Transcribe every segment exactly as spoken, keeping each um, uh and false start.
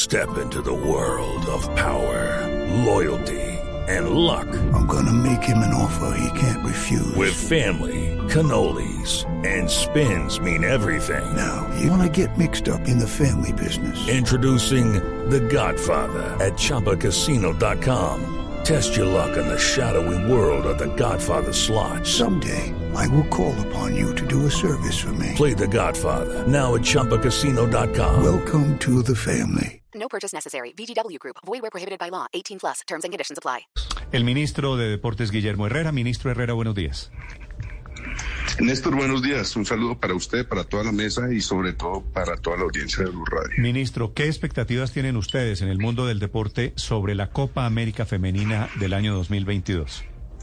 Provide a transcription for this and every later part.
Step into the world of power, loyalty, and luck. I'm gonna make him an offer he can't refuse. With family, cannolis, and spins mean everything. Now, you wanna get mixed up in the family business. Introducing The Godfather at Chumba Casino dot com. Test your luck in the shadowy world of The Godfather slot. Someday, I will call upon you to do a service for me. Play The Godfather, now at Chumba Casino dot com. Welcome to the family. No purchase necessary. V G W Group. Void where prohibited by law. eighteen plus. Terms and conditions apply. El ministro de Deportes, Guillermo Herrera. Ministro Herrera, buenos días. Néstor, buenos días. Un saludo para usted, para toda la mesa y sobre todo para toda la audiencia de Blue Radio. Ministro, ¿qué expectativas tienen ustedes en el mundo del deporte sobre la Copa América Femenina del año dos mil veintidós?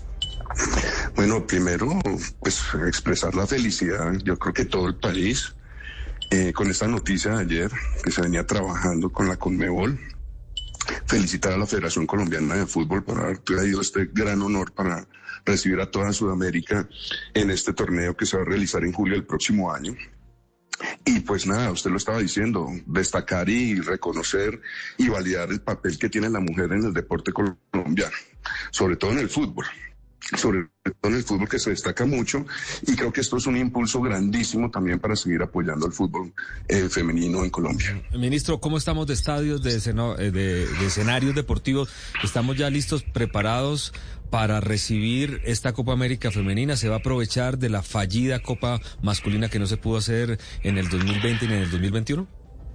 Bueno, primero, pues expresar la felicidad. Yo creo que todo el país, eh, con esta noticia de ayer, que se venía trabajando con la Conmebol, felicitar a la Federación Colombiana de Fútbol por haber traído este gran honor para recibir a toda Sudamérica en este torneo que se va a realizar en julio del próximo año. Y pues nada, usted lo estaba diciendo, destacar y reconocer y validar el papel que tiene la mujer en el deporte colombiano, sobre todo en el fútbol. Sobre todo en el fútbol, que se destaca mucho, y creo que esto es un impulso grandísimo también para seguir apoyando el fútbol eh, femenino en Colombia. Ministro, ¿cómo estamos de estadios, de, esceno, de, de escenarios deportivos? ¿Estamos ya listos, preparados para recibir esta Copa América Femenina? ¿Se va a aprovechar de la fallida Copa Masculina que no se pudo hacer en el dos mil veinte ni en el dos mil veintiuno?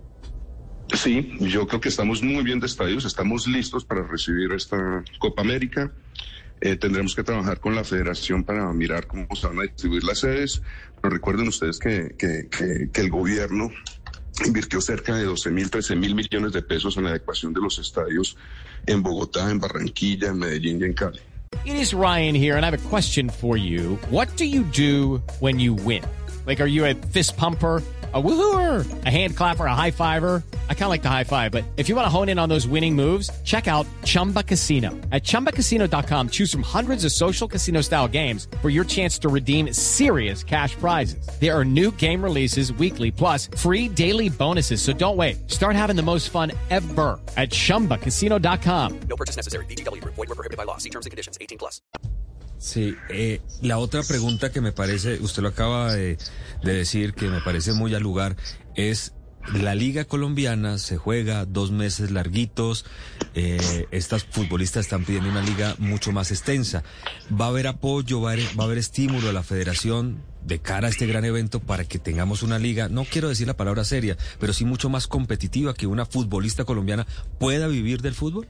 Sí, yo creo que estamos muy bien de estadios, estamos listos para recibir esta Copa América. Eh, tendremos que trabajar con la federación para mirar cómo se van a distribuir las sedes, pero recuerden ustedes que, que, que, que el gobierno invirtió cerca de doce mil, trece mil millones de pesos en la adecuación de los estadios en Bogotá, en Barranquilla, en Medellín y en Cali. It is Ryan here, and I have a question for you. What do you do when you win? Like, are you a fist pumper, a woohooer, a hand clapper, a high fiver? I kind of like the high five, but if you want to hone in on those winning moves, check out Chumba Casino. At Chumba Casino dot com, choose from hundreds of social casino-style games for your chance to redeem serious cash prizes. There are new game releases weekly, plus free daily bonuses, so don't wait. Start having the most fun ever at Chumba Casino dot com. No purchase necessary. V G W Group. Void where prohibited by law. See terms and conditions. eighteen plus. Sí, eh, la otra pregunta que me parece, usted lo acaba de, de decir, que me parece muy al lugar, es la Liga Colombiana se juega dos meses larguitos, eh, estas futbolistas están pidiendo una liga mucho más extensa. ¿Va a haber apoyo, va a haber, va a haber estímulo a la federación de cara a este gran evento para que tengamos una liga, no quiero decir la palabra seria, pero sí mucho más competitiva, que una futbolista colombiana pueda vivir del fútbol?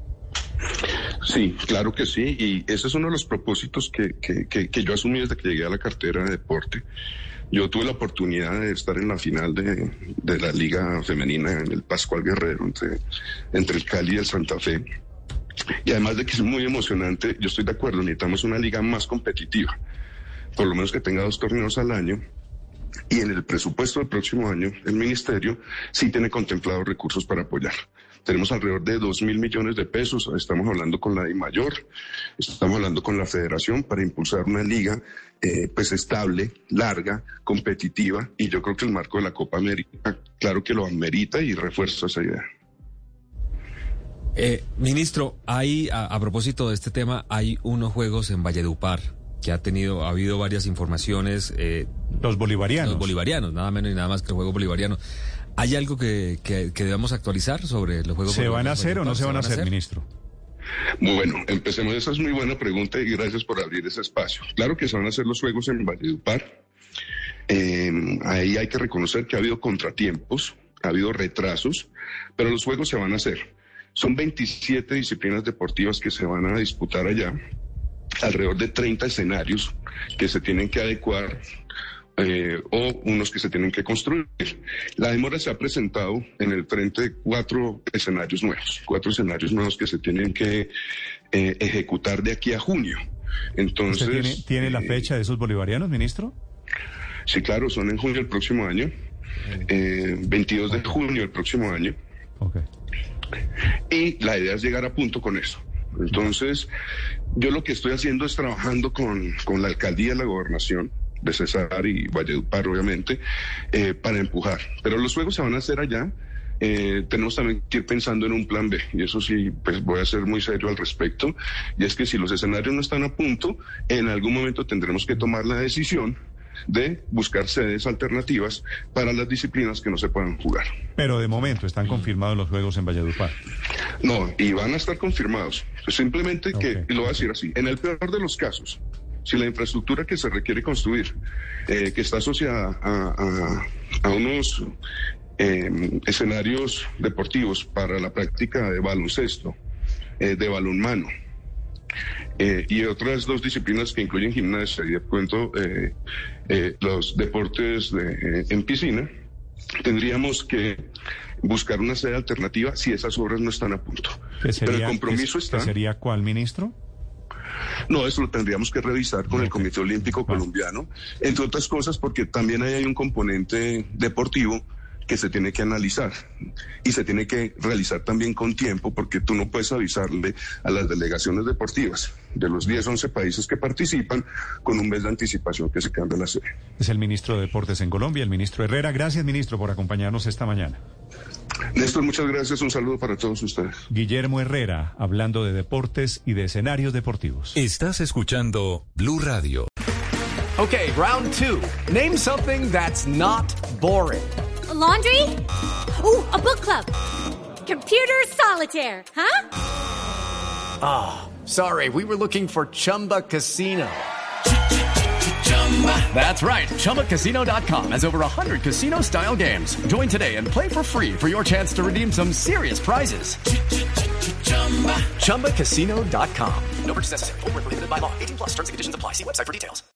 Sí, claro que sí, y ese es uno de los propósitos que, que, que, que yo asumí desde que llegué a la cartera de deporte. Yo tuve la oportunidad de estar en la final de, de la Liga Femenina en el Pascual Guerrero, entre, entre el Cali y el Santa Fe. Y además de que es muy emocionante, yo estoy de acuerdo, necesitamos una liga más competitiva, por lo menos que tenga dos torneos al año. Y en el presupuesto del próximo año, el ministerio sí tiene contemplados recursos para apoyar. Tenemos alrededor de dos mil millones de pesos, estamos hablando con la DIMAYOR, estamos hablando con la federación para impulsar una liga eh, pues estable, larga, competitiva, y yo creo que el marco de la Copa América, claro que lo amerita y refuerza esa idea. Eh, ministro, hay, a, a propósito de este tema, hay unos juegos en Valledupar que ha tenido, ha habido varias informaciones. Eh, los bolivarianos. Los bolivarianos, nada menos y nada más que el juego bolivariano. ¿Hay algo que, que, que debamos actualizar sobre los juegos? ¿Se van a hacer o no se van a hacer, ministro? Bueno, empecemos. Esa es muy buena pregunta y gracias por abrir ese espacio. Claro que se van a hacer los juegos en Valledupar. Eh, ahí hay que reconocer que ha habido contratiempos, ha habido retrasos, pero los juegos se van a hacer. Son veintisiete disciplinas deportivas que se van a disputar allá, alrededor de treinta escenarios que se tienen que adecuar. Eh, o unos que se tienen que construir. La demora se ha presentado en el frente de cuatro escenarios nuevos, cuatro escenarios nuevos que se tienen que eh, ejecutar de aquí a junio. Entonces, ¿usted tiene, tiene la fecha de esos bolivarianos, ministro? Sí, claro, son en junio del próximo año, eh, veintidós de junio del próximo año. Okay. Y la idea es llegar a punto con eso. Entonces, yo lo que estoy haciendo es trabajando con, con la alcaldía y la gobernación de Cesar y Valledupar, obviamente, eh, para empujar. Pero los juegos se van a hacer allá eh, tenemos también que ir pensando en un plan B, y eso sí, pues voy a ser muy serio al respecto, y es que si los escenarios no están a punto, en algún momento tendremos que tomar la decisión de buscar sedes alternativas para las disciplinas que no se puedan jugar. Pero de momento están confirmados los juegos en Valledupar. No, y van a estar confirmados. Simplemente que, Okay. y lo voy a decir así, en el peor de los casos, si la infraestructura que se requiere construir, eh, que está asociada a, a, a unos eh, escenarios deportivos para la práctica de baloncesto, eh, de balonmano, Eh, y otras dos disciplinas que incluyen gimnasia y de cuento eh, eh, los deportes de, eh, en piscina, tendríamos que buscar una sede alternativa si esas obras no están a punto. ¿Que sería, Pero el compromiso que, está... que sería cuál, ministro? No, eso lo tendríamos que revisar con Okay. el Comité Olímpico Vale. Colombiano, entre otras cosas porque también ahí hay un componente deportivo que se tiene que analizar y se tiene que realizar también con tiempo, porque tú no puedes avisarle a las delegaciones deportivas de los diez, once países que participan con un mes de anticipación que se cambia la sede. Es el ministro de Deportes en Colombia, el ministro Herrera. Gracias, ministro, por acompañarnos esta mañana. Néstor, muchas gracias, un saludo para todos ustedes. Guillermo Herrera, hablando de deportes y de escenarios deportivos. Estás escuchando Blue Radio. Okay, round two. Name something that's not boring. A laundry? Ooh, a book club. Computer solitaire, huh? Ah, oh, sorry, we were looking for Chumba Casino. That's right, Chumba Casino dot com has over one hundred casino-style games. Join today and play for free for your chance to redeem some serious prizes. Chumba Casino dot com. No purchase necessary. Void where prohibited by law. eighteen plus terms and conditions apply. See website for details.